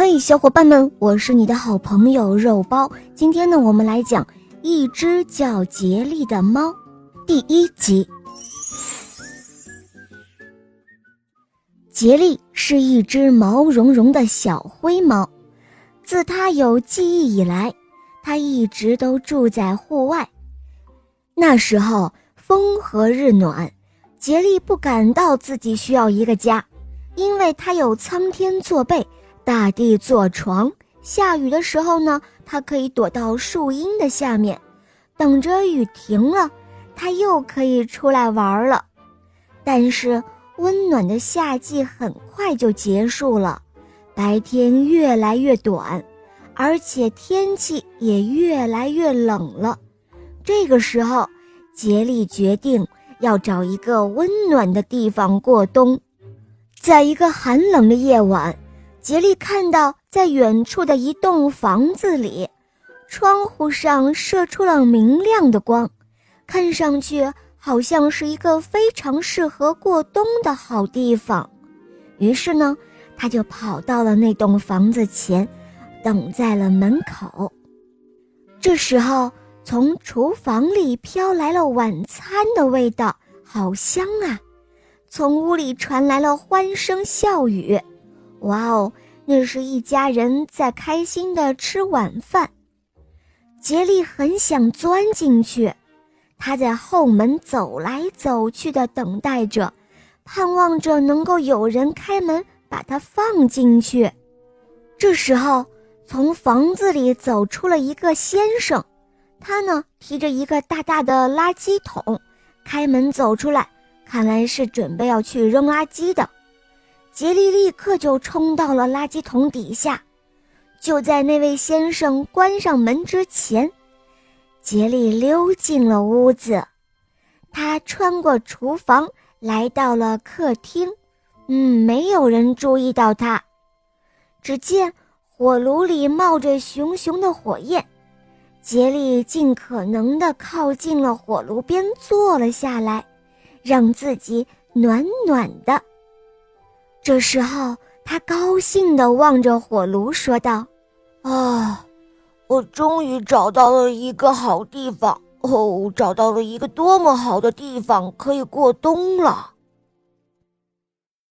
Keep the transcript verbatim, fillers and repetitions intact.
嘿，小伙伴们，我是你的好朋友肉包。今天呢，我们来讲一只叫杰利的猫第一集。杰利是一只毛茸茸的小灰猫，自它有记忆以来，它一直都住在户外。那时候风和日暖，杰利不感到自己需要一个家，因为它有苍天作背，大地做床，下雨的时候呢，它可以躲到树荫的下面，等着雨停了，它又可以出来玩了。但是温暖的夏季很快就结束了，白天越来越短，而且天气也越来越冷了。这个时候，杰利决定要找一个温暖的地方过冬。在一个寒冷的夜晚，杰利看到在远处的一栋房子里，窗户上射出了明亮的光，看上去好像是一个非常适合过冬的好地方。于是呢，他就跑到了那栋房子前，等在了门口。这时候，从厨房里飘来了晚餐的味道，好香啊！从屋里传来了欢声笑语。哇哦，那是一家人在开心地吃晚饭。杰利很想钻进去，他在后门走来走去地等待着，盼望着能够有人开门把他放进去。这时候，从房子里走出了一个先生，他呢提着一个大大的垃圾桶，开门走出来，看来是准备要去扔垃圾的。杰利立刻就冲到了垃圾桶底下。就在那位先生关上门之前，杰利溜进了屋子。他穿过厨房，来到了客厅。嗯，没有人注意到他。只见火炉里冒着熊熊的火焰，杰利尽可能地靠近了火炉边坐了下来，让自己暖暖的。这时候，他高兴地望着火炉说道： 啊，我终于找到了一个好地方哦，找到了一个多么好的地方可以过冬了。